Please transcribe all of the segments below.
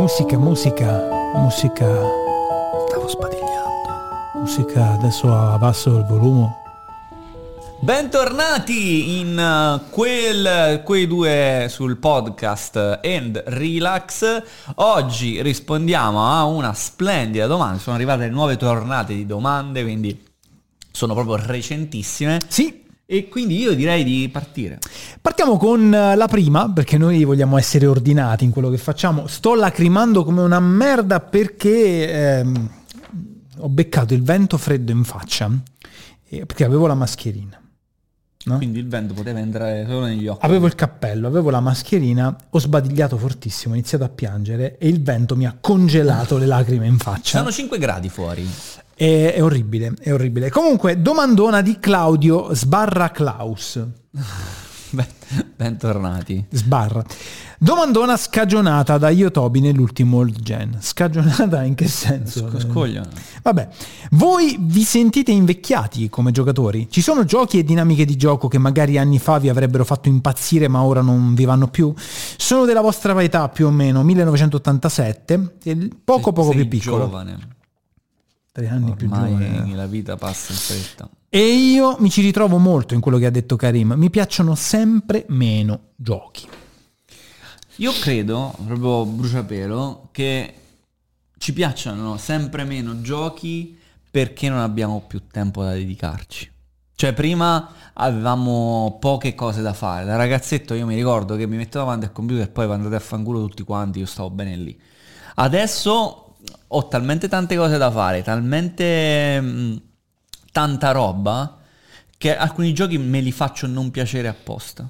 Musica. Stavo sbadigliando. Musica, adesso abbasso il volume. Bentornati in quei due sul podcast and Relax. Oggi rispondiamo a una splendida domanda. Sono arrivate nuove tornate di domande, quindi sono proprio recentissime. Sì. E quindi io direi di partire. Partiamo con la prima, perché noi vogliamo essere ordinati in quello che facciamo. Sto lacrimando come una merda perché ho beccato il vento freddo in faccia, perché avevo la mascherina. No? Quindi il vento poteva entrare solo negli occhi. Avevo il cappello, avevo la mascherina, ho sbadigliato fortissimo, ho iniziato a piangere e il vento mi ha congelato le lacrime in faccia. Sono 5 gradi fuori. È orribile, è orribile. Comunque, domandona di Claudio / Klaus. Bentornati. Sbarra. Domandona scagionata da Yotobi nell'ultimo old gen. Scagionata in che senso? Scoglio. Vabbè, voi vi sentite invecchiati come giocatori? Ci sono giochi e dinamiche di gioco che magari anni fa vi avrebbero fatto impazzire ma ora non vi vanno più? Sono della vostra età più o meno, 1987, poco più piccolo. Giovane. 3 anni ormai più giovane. La vita passa in fretta. E io mi ci ritrovo molto in quello che ha detto Karim. Mi piacciono sempre meno giochi. Io credo, proprio bruciapelo, che ci piacciono sempre meno giochi perché non abbiamo più tempo da dedicarci. Cioè prima avevamo poche cose da fare. Da ragazzetto io mi ricordo che mi mettevo davanti al computer e poi andate a fanculo tutti quanti, io stavo bene lì. Adesso ho talmente tante cose da fare, talmente tanta roba, che alcuni giochi me li faccio non piacere apposta.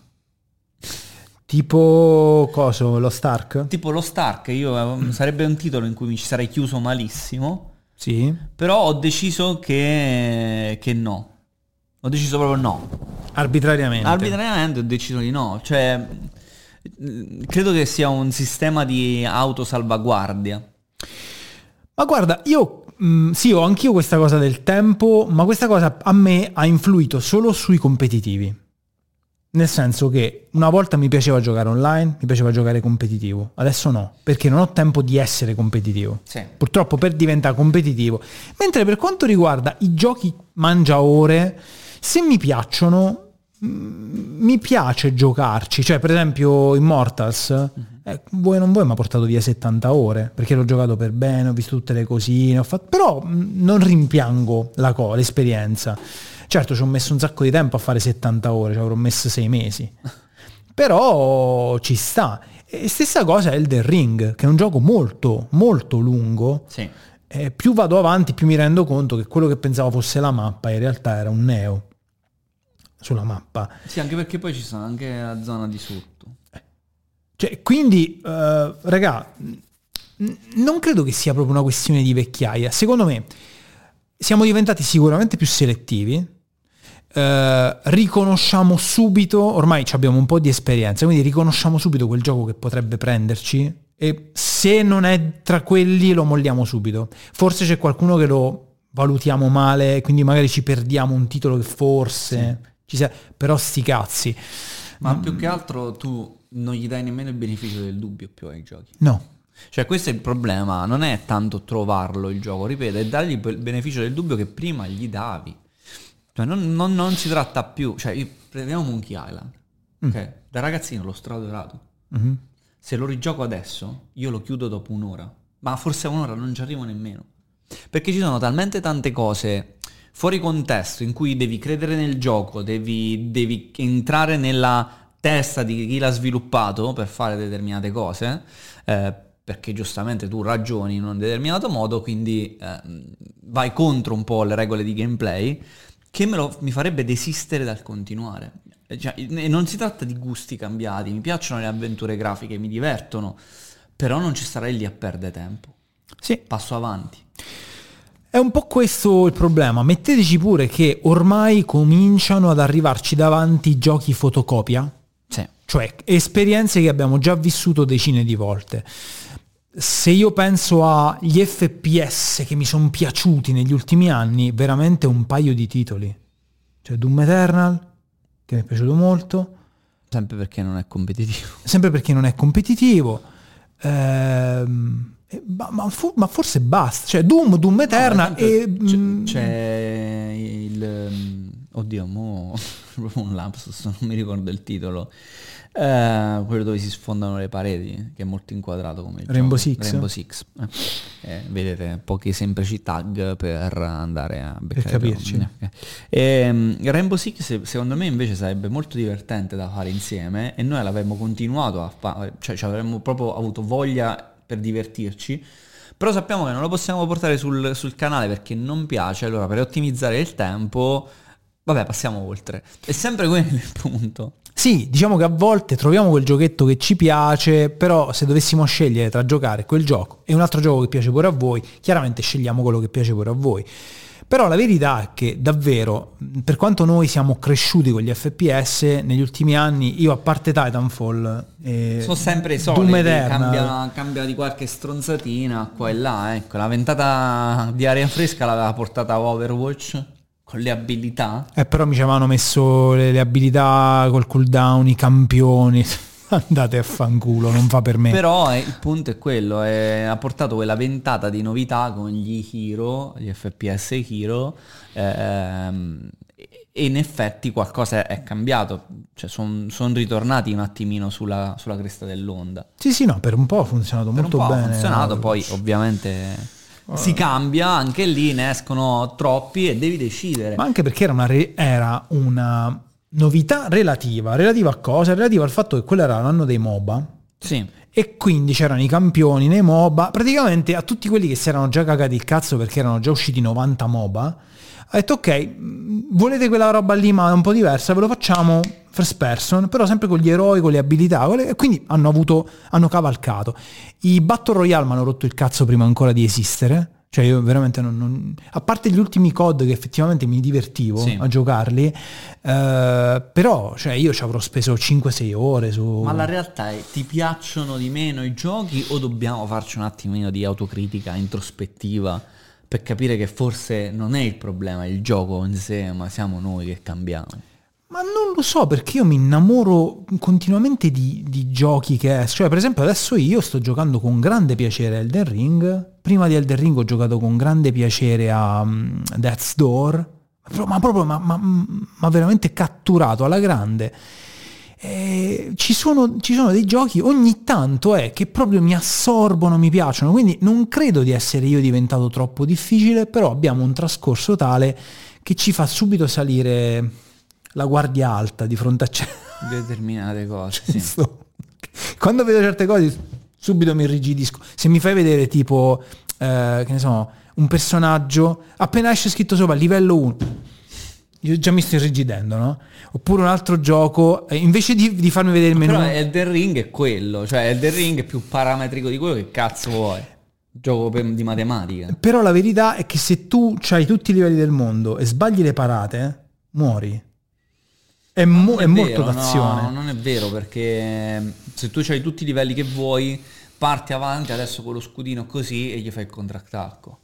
Tipo coso, lo Stark? Tipo lo Stark, sarebbe un titolo in cui mi ci sarei chiuso malissimo. Sì. Però ho deciso che no. Ho deciso proprio no. Arbitrariamente Ho deciso di no. Cioè, credo che sia un sistema di autosalvaguardia. Ma guarda, io sì, ho anch'io questa cosa del tempo, ma questa cosa a me ha influito solo sui competitivi. Nel senso che una volta mi piaceva giocare online, mi piaceva giocare competitivo, adesso no, perché non ho tempo di essere competitivo. Sì. Purtroppo per diventare competitivo. Mentre per quanto riguarda i giochi mangiaore, se mi piacciono, mi piace giocarci. Cioè, per esempio, Immortals, vuoi non vuoi, mi ha portato via 70 ore, perché l'ho giocato per bene, ho visto tutte le cosine, però non rimpiango l'esperienza. Certo, ci ho messo un sacco di tempo a fare 70 ore, ci avrò messo 6 mesi. Però ci sta. E stessa cosa è Elden Ring, che è un gioco molto, molto lungo. Sì. Più vado avanti, più mi rendo conto che quello che pensavo fosse la mappa in realtà era un neo sulla mappa. Sì, anche perché poi ci sono anche la zona di sotto. Cioè, quindi, raga, non credo che sia proprio una questione di vecchiaia. Secondo me siamo diventati sicuramente più selettivi. Riconosciamo subito, ormai abbiamo un po' di esperienza, quindi riconosciamo subito quel gioco che potrebbe prenderci e se non è tra quelli lo molliamo subito. Forse c'è qualcuno che lo valutiamo male, quindi magari ci perdiamo un titolo che forse però sti cazzi. Ma più che altro tu non gli dai nemmeno il beneficio del dubbio più ai giochi. No. Cioè questo è il problema, non è tanto trovarlo il gioco, ripeto, è dargli il beneficio del dubbio che prima gli davi. Cioè non si tratta più, cioè prendiamo Monkey Island, ok? Da ragazzino l'ho stradorato. Se lo rigioco adesso, io lo chiudo dopo un'ora, ma forse a un'ora non ci arrivo nemmeno. Perché ci sono talmente tante cose fuori contesto in cui devi credere nel gioco, devi entrare nella testa di chi l'ha sviluppato per fare determinate cose, perché giustamente tu ragioni in un determinato modo, quindi vai contro un po' le regole di gameplay, che mi farebbe desistere dal continuare. Cioè, non si tratta di gusti cambiati, mi piacciono le avventure grafiche, mi divertono, però non ci starei lì a perdere tempo. Sì. Passo avanti. È un po' questo il problema. Metteteci pure che ormai cominciano ad arrivarci davanti giochi fotocopia. Sì. Cioè esperienze che abbiamo già vissuto decine di volte. Se io penso agli FPS che mi sono piaciuti negli ultimi anni, veramente un paio di titoli. Cioè Doom Eternal, che mi è piaciuto molto. Sempre perché non è competitivo. Sempre perché non è competitivo. ma forse basta, cioè Doom Eterna c'è il oddio, mo proprio un lapsus, non mi ricordo il titolo. Quello dove si sfondano le pareti, che è molto inquadrato come il Rainbow gioco. Six. Rainbow Six. Vedete pochi semplici tag per andare a beccare, per capirci. Rainbow Six secondo me invece sarebbe molto divertente da fare insieme, e noi l'avremmo continuato a fare, cioè ci avremmo proprio avuto voglia per divertirci, però sappiamo che non lo possiamo portare sul canale perché non piace, allora per ottimizzare il tempo, vabbè, passiamo oltre. È sempre quello il punto. Sì, diciamo che a volte troviamo quel giochetto che ci piace, però se dovessimo scegliere tra giocare quel gioco e un altro gioco che piace pure a voi, chiaramente scegliamo quello che piace pure a voi. Però la verità è che davvero, per quanto noi siamo cresciuti con gli FPS, negli ultimi anni, io a parte Titanfall sono sempre i Doom soliti, Eternal, cambia di qualche stronzatina qua e là, ecco, la ventata di aria fresca l'aveva portata Overwatch con le abilità. però mi ci avevano messo le abilità col cooldown, i campioni. Andate a fanculo, non fa per me. Però il punto è quello, ha portato quella ventata di novità con gli hero, gli FPS hero, e in effetti qualcosa è cambiato, cioè sono ritornati un attimino sulla cresta dell'onda. Sì, no, per un po' ha funzionato molto bene. Ha funzionato, poi ovviamente si cambia, anche lì ne escono troppi e devi decidere. Ma anche perché era una novità relativa a cosa? Relativa al fatto che quello era l'anno dei MOBA. Sì. E quindi c'erano i campioni nei MOBA. Praticamente a tutti quelli che si erano già cagati il cazzo perché erano già usciti 90 MOBA, ha detto ok, volete quella roba lì ma un po' diversa, ve lo facciamo first person, però sempre con gli eroi, con le abilità, e quindi hanno cavalcato. I Battle Royale mi hanno rotto il cazzo prima ancora di esistere. Cioè io veramente a parte gli ultimi COD che effettivamente mi divertivo a giocarli, però cioè io ci avrò speso 5-6 ore su... Ma la realtà è, ti piacciono di meno i giochi o dobbiamo farci un attimino di autocritica introspettiva per capire che forse non è il problema il gioco in sé, ma siamo noi che cambiamo? Ma non lo so, perché io mi innamoro continuamente di giochi che escono. Cioè, per esempio, adesso io sto giocando con grande piacere a Elden Ring. Prima di Elden Ring ho giocato con grande piacere a Death's Door. Ma veramente catturato alla grande. Ci sono dei giochi ogni tanto che proprio mi assorbono, mi piacciono. Quindi non credo di essere io diventato troppo difficile, però abbiamo un trascorso tale che ci fa subito salire la guardia alta di fronte a determinate cose. Sì. Quando vedo certe cose subito mi irrigidisco. Se mi fai vedere tipo che ne so, un personaggio appena esce scritto sopra livello 1, io già mi sto irrigidendo, no? Oppure un altro gioco, invece di farmi vedere il menu. Però Elden Ring è quello, cioè Elden Ring è più parametrico di quello che cazzo vuoi. Gioco di matematica. Però la verità è che se tu c'hai tutti i livelli del mondo e sbagli le parate, muori. È molto d'azione. No, non è vero, perché se tu c'hai tutti i livelli che vuoi, parti avanti adesso con lo scudino così e gli fai il contrattacco.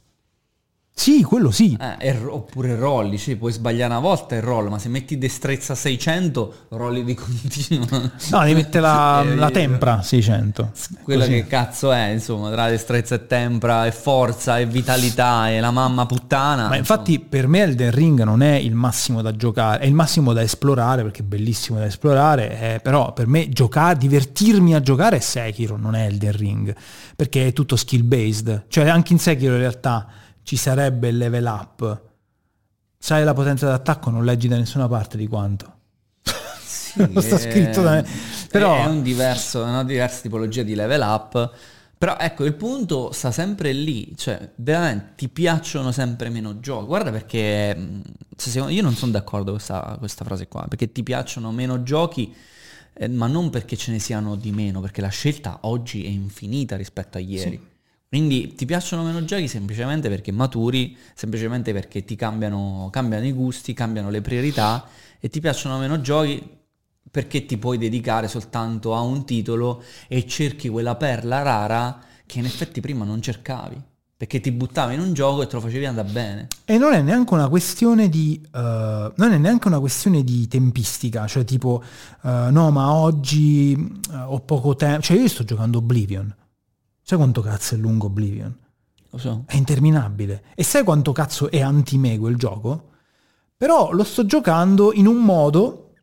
Sì, quello sì. Oppure rolli, cioè puoi sbagliare una volta e roll, ma se metti destrezza 600 rolli di continuo. No, devi mettere la tempra 600. Quella così. Che cazzo è, insomma, tra destrezza e tempra e forza e vitalità e la mamma puttana. Ma infatti per me Elden Ring non è il massimo da giocare, è il massimo da esplorare, perché è bellissimo da esplorare, però per me divertirmi a giocare è Sekiro, non è Elden Ring, perché è tutto skill based. Cioè anche in Sekiro in realtà ci sarebbe il level up. Sai la potenza d'attacco, non leggi da nessuna parte di quanto. Sì, non sta scritto da me. Però è una diversa tipologia di level up. Però ecco, il punto sta sempre lì, cioè veramente ti piacciono sempre meno giochi. Guarda, perché io non sono d'accordo con questa frase qua, perché ti piacciono meno giochi, ma non perché ce ne siano di meno, perché la scelta oggi è infinita rispetto a ieri. Sì. Quindi ti piacciono meno giochi semplicemente perché maturi, semplicemente perché ti cambiano i gusti, cambiano le priorità, e ti piacciono meno giochi perché ti puoi dedicare soltanto a un titolo e cerchi quella perla rara che in effetti prima non cercavi, perché ti buttavi in un gioco e te lo facevi andare bene. E non è neanche una questione di tempistica, cioè tipo no, ma oggi ho poco tempo, cioè io sto giocando Oblivion. Sai quanto cazzo è lungo Oblivion? Lo so. È interminabile. E sai quanto cazzo è anti-me quel gioco? Però lo sto giocando in un modo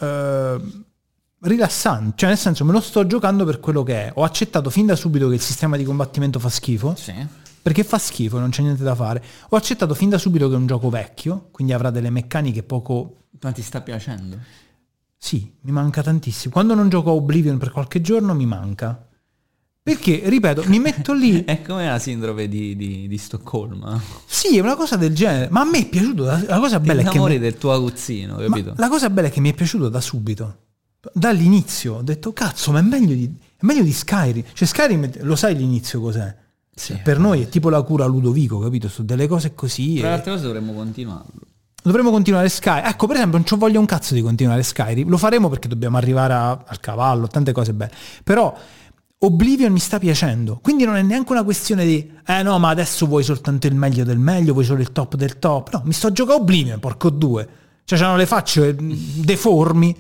rilassante, cioè nel senso me lo sto giocando per quello che è. Ho accettato fin da subito che il sistema di combattimento fa schifo, Sì. perché fa schifo, non c'è niente da fare. Ho accettato fin da subito che è un gioco vecchio, quindi avrà delle meccaniche poco... Ma ti sta piacendo? Sì, mi manca tantissimo. Quando non gioco a Oblivion per qualche giorno mi manca. Perché, ripeto, mi metto lì... È come la sindrome di Stoccolma. Sì, è una cosa del genere. Ma a me è piaciuto. La cosa Ti bella è che... innamori del tuo aguzzino, Ma capito? la cosa bella è che mi è piaciuto da subito. Dall'inizio ho detto, cazzo, ma è meglio di Skyrim. Cioè Skyrim, lo sai l'inizio cos'è? Sì. Per noi è tipo la cura Ludovico, capito? Su delle cose così. Tra le altre cose dovremmo continuarlo. Dovremmo continuare Skyrim. Ecco, per esempio, non ci voglio un cazzo di continuare Skyrim. Lo faremo perché dobbiamo arrivare al cavallo, tante cose belle. Però Oblivion mi sta piacendo. Quindi non è neanche una questione di no, ma adesso vuoi soltanto il meglio del meglio, vuoi solo il top del top. No, mi sto giocando Oblivion, porco due. Cioè, c'hanno le facce deformi.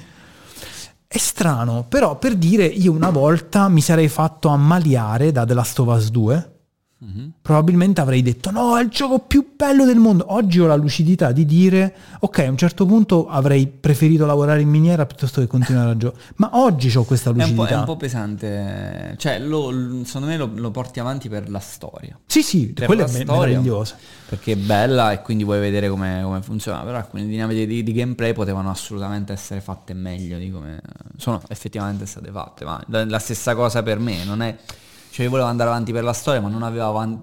È strano, però per dire, io una volta mi sarei fatto ammaliare da The Last of Us 2. Probabilmente avrei detto no, è il gioco più bello del mondo. Oggi ho la lucidità di dire ok, a un certo punto avrei preferito lavorare in miniera piuttosto che continuare a giocare. Ma oggi ho questa lucidità. È un po' pesante. Cioè, secondo me lo porti avanti per la storia. Sì, Per quella la è storia, meravigliosa. perché è bella e quindi vuoi vedere come funziona. Però alcune dinamiche di gameplay potevano assolutamente essere fatte meglio di come sono effettivamente state fatte. Ma la stessa cosa per me, non è... Cioè io volevo andare avanti per la storia, ma non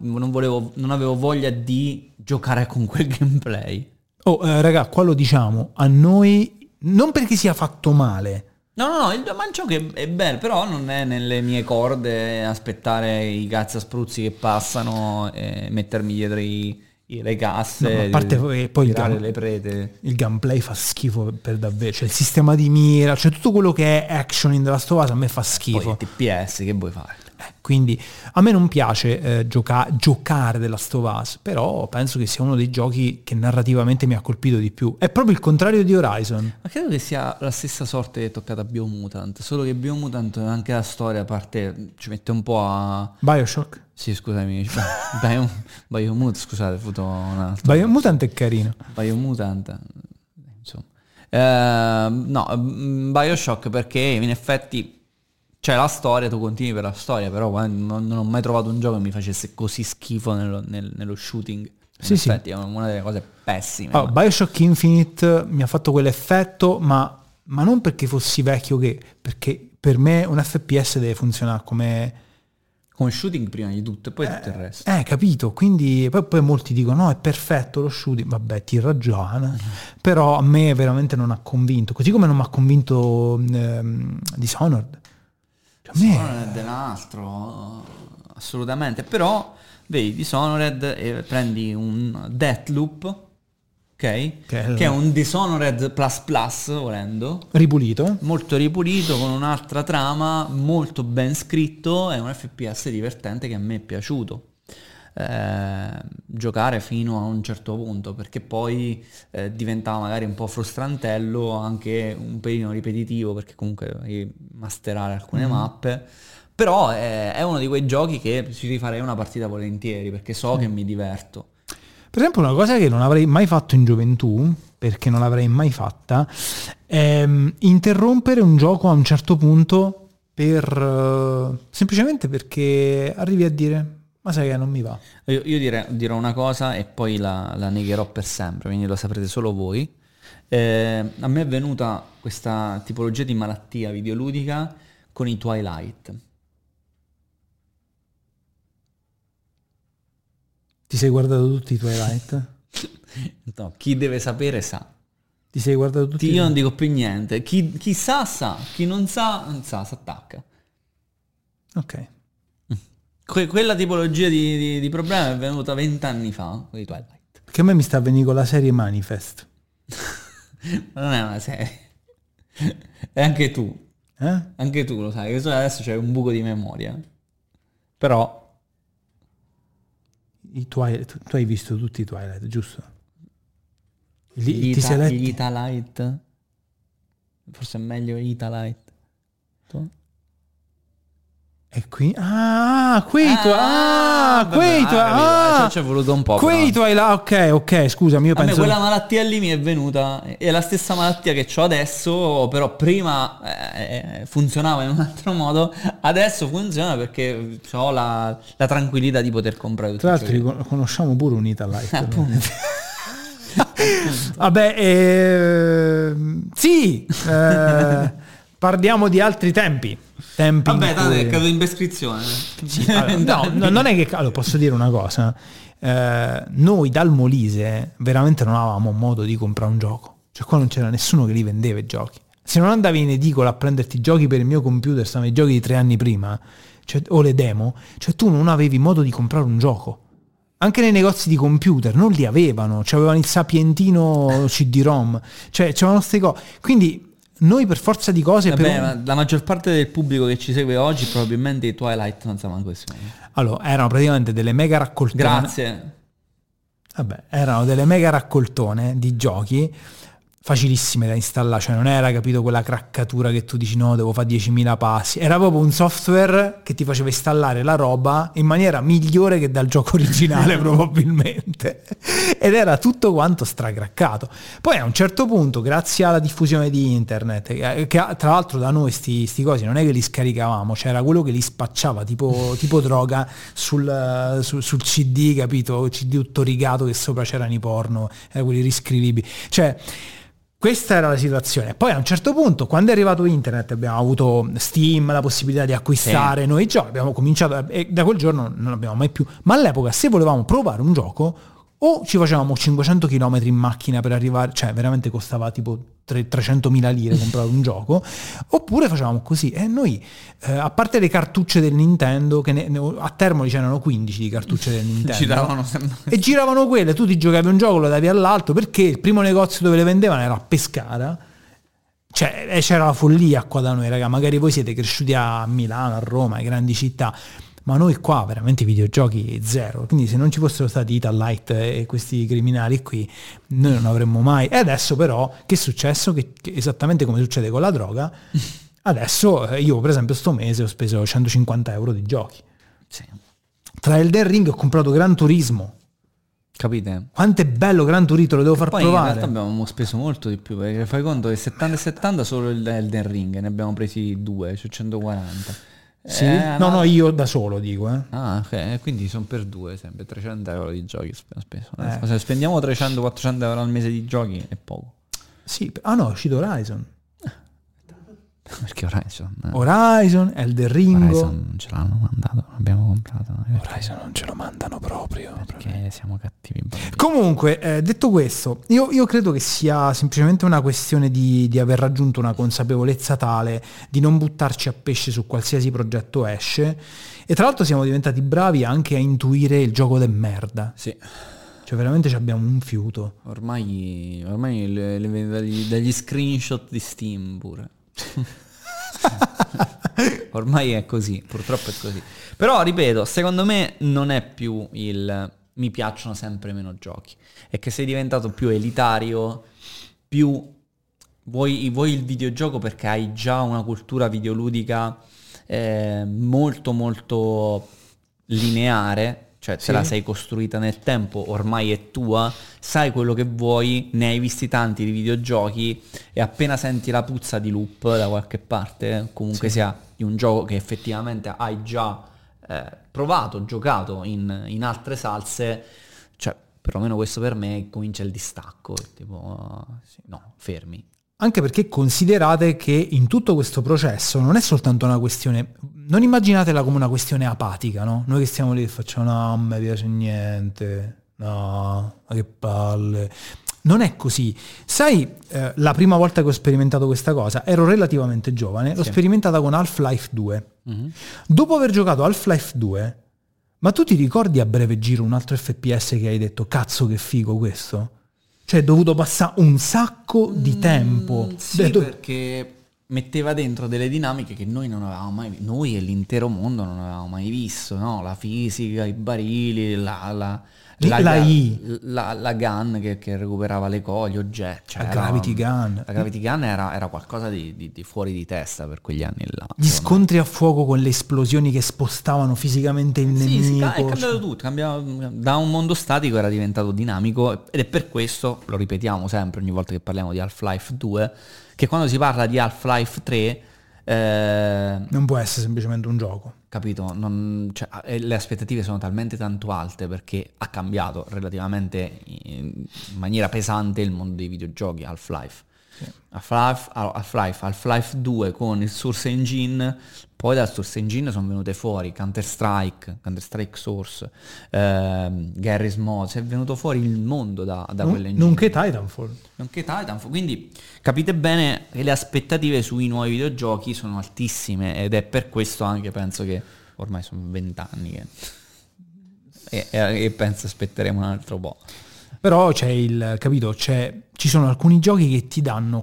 avevo voglia di giocare con quel gameplay. Raga, qua lo diciamo, a noi, non perché sia fatto male. No, il gioco è bello, però non è nelle mie corde aspettare i cazzi a spruzzi che passano e mettermi dietro le casse, No, a parte poi tirare le prete. Il gameplay fa schifo per davvero, cioè il sistema di mira, cioè tutto quello che è action in The Last of Us a me fa schifo. Poi TPS, che vuoi fare? Quindi a me non piace giocare The Last of Us, però penso che sia uno dei giochi che narrativamente mi ha colpito di più. È proprio il contrario di Horizon. Ma credo che sia la stessa sorte che è toccata a Biomutant, solo che Biomutant anche la storia a parte ci mette un po' a... Bioshock? Sì, scusami, Biomutant, scusate, ho avuto un altro. Biomutant è carino. Biomutant, insomma. No, Bioshock perché in effetti c'è la storia, tu continui per la storia, però non ho mai trovato un gioco che mi facesse così schifo nello shooting. In effetti è una delle cose pessime. Bioshock Infinite mi ha fatto quell'effetto, ma non perché fossi vecchio, perché per me un FPS deve funzionare come shooting prima di tutto e poi tutto il resto. Capito, quindi poi molti dicono no, è perfetto lo shooting, vabbè, ti ragiona, però a me veramente non ha convinto, così come non mi ha convinto Dishonored. Dishonored è un altro, assolutamente, però vedi Dishonored prendi un Deathloop, ok? Che è un Dishonored volendo, ripulito, molto ripulito, con un'altra trama, molto ben scritto, è un FPS divertente che a me è piaciuto giocare fino a un certo punto, perché poi diventava magari un po' frustrantello, anche un pelino ripetitivo, perché comunque devi masterare alcune mappe, però è uno di quei giochi che ci rifarei una partita volentieri, perché so che mi diverto. Per esempio una cosa che non avrei mai fatto in gioventù, perché non l'avrei mai fatta, è interrompere un gioco a un certo punto semplicemente perché arrivi a dire ma sai che non mi va. Io dirò una cosa e poi la negherò per sempre, quindi lo saprete solo voi. A me è venuta questa tipologia di malattia videoludica con i Twilight. Ti sei guardato tutti i Twilight? No, chi deve sapere sa. Ti sei guardato tutti? Io non dico più niente. Chi sa, chi non sa, si attacca. Ok. Quella tipologia di problema è venuta 20 anni fa con i Twilight. Perché a me mi sta venendo con la serie Manifest. Ma non è una serie. E anche tu. Anche tu lo sai, che adesso c'è un buco di memoria. Però... tu hai visto tutti i Twilight, giusto? Gli Italight. Forse è meglio Italight. Tu? E qui Quei ci è voluto un po'. ok, scusami, io a me penso quella malattia lì mi è venuta, è la stessa malattia che ho adesso, però prima funzionava in un altro modo, adesso funziona perché ho la tranquillità di poter comprare tutti tra i giochi. l'altro conosciamo pure un Italite. Appunto. Vabbè, sì, parliamo di altri tempi. Vabbè, tanto è caduto in prescrizione. Sì, allora, no, non è che... Allora, posso dire una cosa. Noi dal Molise veramente non avevamo modo di comprare un gioco. Cioè qua non c'era nessuno che li vendeva i giochi. Se non andavi in edicola a prenderti i giochi per il mio computer, stavano i giochi di 3 anni prima, cioè, o le demo, cioè tu non avevi modo di comprare un gioco. Anche nei negozi di computer non li avevano, cioè avevano il Sapientino CD-ROM, cioè c'erano queste cose. Quindi noi per forza di cose... Vabbè, ma la maggior parte del pubblico che ci segue oggi probabilmente i Twilight non sa manco questo. Allora, erano praticamente delle mega raccoltone. Grazie. Vabbè, erano delle mega raccoltone di giochi facilissime da installare, cioè non era, capito, quella craccatura che tu dici no, devo fare 10.000 passi, era proprio un software che ti faceva installare la roba in maniera migliore che dal gioco originale probabilmente, ed era tutto quanto stracraccato. Poi a un certo punto, grazie alla diffusione di internet, che tra l'altro da noi sti cosi non è che li scaricavamo, c'era quello che li spacciava tipo droga sul CD, capito, CD tutto rigato che sopra c'erano i porno, quelli riscrivibili, cioè questa era la situazione. Poi a un certo punto, quando è arrivato internet, abbiamo avuto Steam, la possibilità di acquistare noi giochi, abbiamo cominciato, e da quel giorno non abbiamo mai più. Ma all'epoca, se volevamo provare un gioco, o ci facevamo 500 km in macchina per arrivare, cioè veramente costava tipo 300.000 lire comprare un gioco, oppure facevamo così. E noi, a parte le cartucce del Nintendo, che a Termoli c'erano 15 di cartucce del Nintendo, e giravano quelle, tu ti giocavi un gioco, lo davi all'altro, perché il primo negozio dove le vendevano era a Pescara. Cioè c'era la follia qua da noi, raga. Magari voi siete cresciuti a Milano, a Roma, a grandi città, ma noi qua veramente videogiochi zero. Quindi se non ci fossero stati Italite e questi criminali qui, noi non avremmo mai. E adesso però che è successo? Che esattamente come succede con la droga, adesso io per esempio sto mese ho speso 150 euro di giochi. Sì. Tra Elden Ring ho comprato Gran Turismo. Capite? Quanto è bello Gran Turismo, lo devo far poi provare. In realtà abbiamo speso molto di più, perché fai conto che 70 e 70 solo il Elden Ring, ne abbiamo presi 2, cioè 140. Sì? No, io da solo dico. Ah, ok, quindi sono per 2, sempre 300 euro di giochi speso. Se spendiamo 300-400 euro al mese di giochi è poco. Sì, no, è uscito Horizon. Perché Horizon, Elden Ring. Horizon non ce l'hanno mandato, l'abbiamo comprato. Horizon non ce lo mandano proprio. Perché siamo cattivi bambini. Comunque, detto questo, io credo che sia semplicemente una questione di aver raggiunto una consapevolezza tale di non buttarci a pesce su qualsiasi progetto esce. E tra l'altro siamo diventati bravi anche a intuire il gioco de merda. Sì. Cioè veramente abbiamo un fiuto. Ormai le vedo dagli screenshot di Steam pure. Ormai è così, purtroppo è così. Però ripeto, secondo me non è più il mi piacciono sempre meno giochi, è che sei diventato più elitario, più vuoi il videogioco perché hai già una cultura videoludica molto molto lineare. Cioè te la sei costruita nel tempo, ormai è tua, sai quello che vuoi, ne hai visti tanti di videogiochi e appena senti la puzza di loop da qualche parte, comunque sia di un gioco che effettivamente hai già provato, giocato in altre salse, cioè perlomeno questo per me comincia il distacco, tipo no, fermi. Anche perché considerate che in tutto questo processo non è soltanto una questione, non immaginatela come una questione apatica, no? Noi che stiamo lì e facciamo no, non mi piace niente, no, ma che palle. Non è così. Sai, la prima volta che ho sperimentato questa cosa, ero relativamente giovane, l'ho sperimentata con Half-Life 2. Mm-hmm. Dopo aver giocato Half-Life 2, ma tu ti ricordi a breve giro un altro FPS che hai detto, cazzo che figo questo? Cioè, è dovuto passare un sacco di tempo. Sì, perché metteva dentro delle dinamiche che noi non avevamo mai visto, noi e l'intero mondo non avevamo mai visto, no? La fisica, i barili, la gun che recuperava le cose, gli oggetti, cioè la Gravity Gun. La Gravity Gun era qualcosa di fuori di testa per quegli anni là. Gli scontri a fuoco con le esplosioni che spostavano fisicamente il nemico. Sì, è cambiato tutto, da un mondo statico era diventato dinamico, ed è per questo, lo ripetiamo sempre ogni volta che parliamo di Half-Life 2, che quando si parla di Half-Life 3 non può essere semplicemente un gioco. Capito? Le aspettative sono talmente tanto alte perché ha cambiato relativamente in maniera pesante il mondo dei videogiochi. Half-Life. Sì. Half-Life 2 con il Source Engine, poi dal Source Engine sono venute fuori Counter-Strike Source, Garry's Mod, è venuto fuori il mondo da quell'engine. Nonché Titanfall, quindi capite bene che le aspettative sui nuovi videogiochi sono altissime, ed è per questo anche penso che ormai sono 20 anni e penso aspetteremo un altro po'. Però ci sono alcuni giochi che ti danno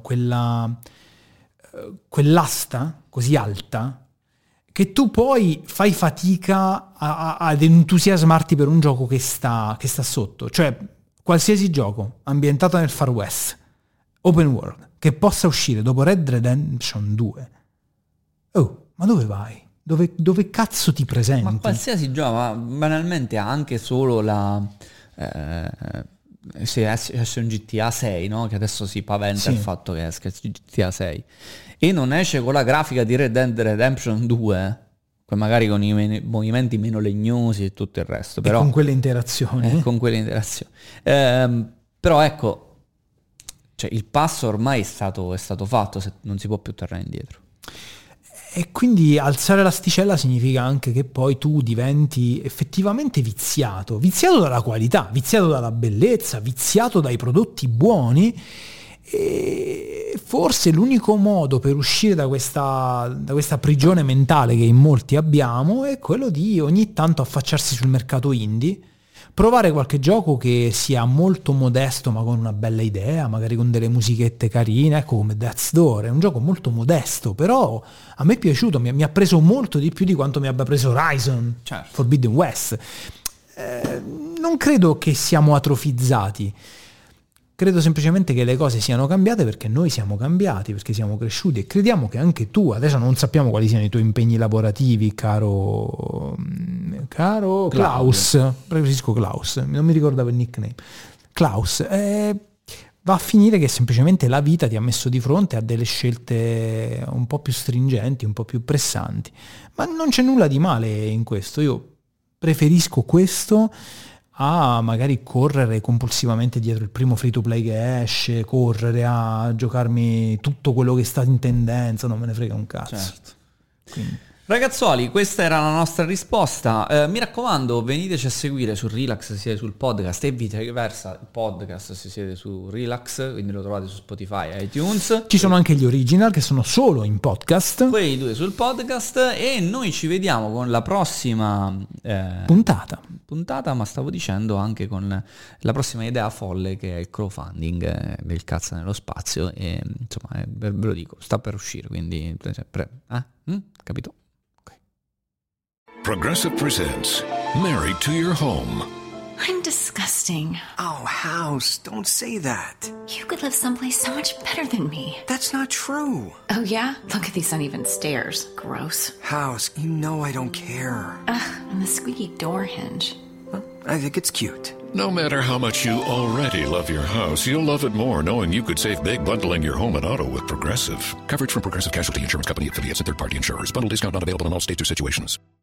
quell'asta così alta che tu poi fai fatica ad entusiasmarti per un gioco che sta sotto. Cioè, qualsiasi gioco ambientato nel Far West, open world, che possa uscire dopo Red Redemption 2. Oh, ma dove vai? Dove cazzo ti presenti? Ma qualsiasi gioco, ma banalmente anche solo se esce un GTA 6, no? Che adesso si paventa il fatto che esca GTA 6 e non esce con la grafica di Red Dead Redemption 2, magari con i movimenti meno legnosi e tutto il resto, però, e con quelle interazioni. Però ecco, cioè, il passo ormai è stato fatto, non si può più tornare indietro. E quindi alzare l'asticella significa anche che poi tu diventi effettivamente viziato dalla qualità, viziato dalla bellezza, viziato dai prodotti buoni, e forse l'unico modo per uscire da questa prigione mentale che in molti abbiamo è quello di ogni tanto affacciarsi sul mercato indie, provare qualche gioco che sia molto modesto ma con una bella idea, magari con delle musichette carine, ecco come Death's Door, è un gioco molto modesto, però a me è piaciuto, mi ha preso molto di più di quanto mi abbia preso Horizon, certo. Forbidden West. Non credo che siamo atrofizzati, credo semplicemente che le cose siano cambiate perché noi siamo cambiati, perché siamo cresciuti, e crediamo che anche tu, adesso non sappiamo quali siano i tuoi impegni lavorativi, caro Klaus, preferisco Klaus, non mi ricordavo il nickname, Klaus, va a finire che semplicemente la vita ti ha messo di fronte a delle scelte un po' più stringenti, un po' più pressanti, ma non c'è nulla di male in questo. Io preferisco questo a magari correre compulsivamente dietro il primo free to play che esce, correre a giocarmi tutto quello che sta in tendenza, non me ne frega un cazzo. Certo. Quindi. Ragazzuoli, questa era la nostra risposta. Mi raccomando, veniteci a seguire su Relax se siete sul podcast, e viceversa il podcast se siete su Relax, quindi lo trovate su Spotify e iTunes. Ci sono anche gli original che sono solo in podcast. Quei due sul podcast, e noi ci vediamo con la prossima puntata, ma stavo dicendo anche con la prossima idea folle, che è il crowdfunding del cazzo nello spazio, e insomma ve lo dico, sta per uscire, quindi capito? Progressive presents Married to Your Home. I'm disgusting. Oh, House, don't say that. You could live someplace so much better than me. That's not true. Oh, yeah? Look at these uneven stairs. Gross. House, you know I don't care. Ugh, and the squeaky door hinge. Well, I think it's cute. No matter how much you already love your house, you'll love it more knowing you could save big bundling your home and auto with Progressive. Coverage from Progressive Casualty Insurance Company, affiliates, and third-party insurers. Bundle discount not available in all states or situations.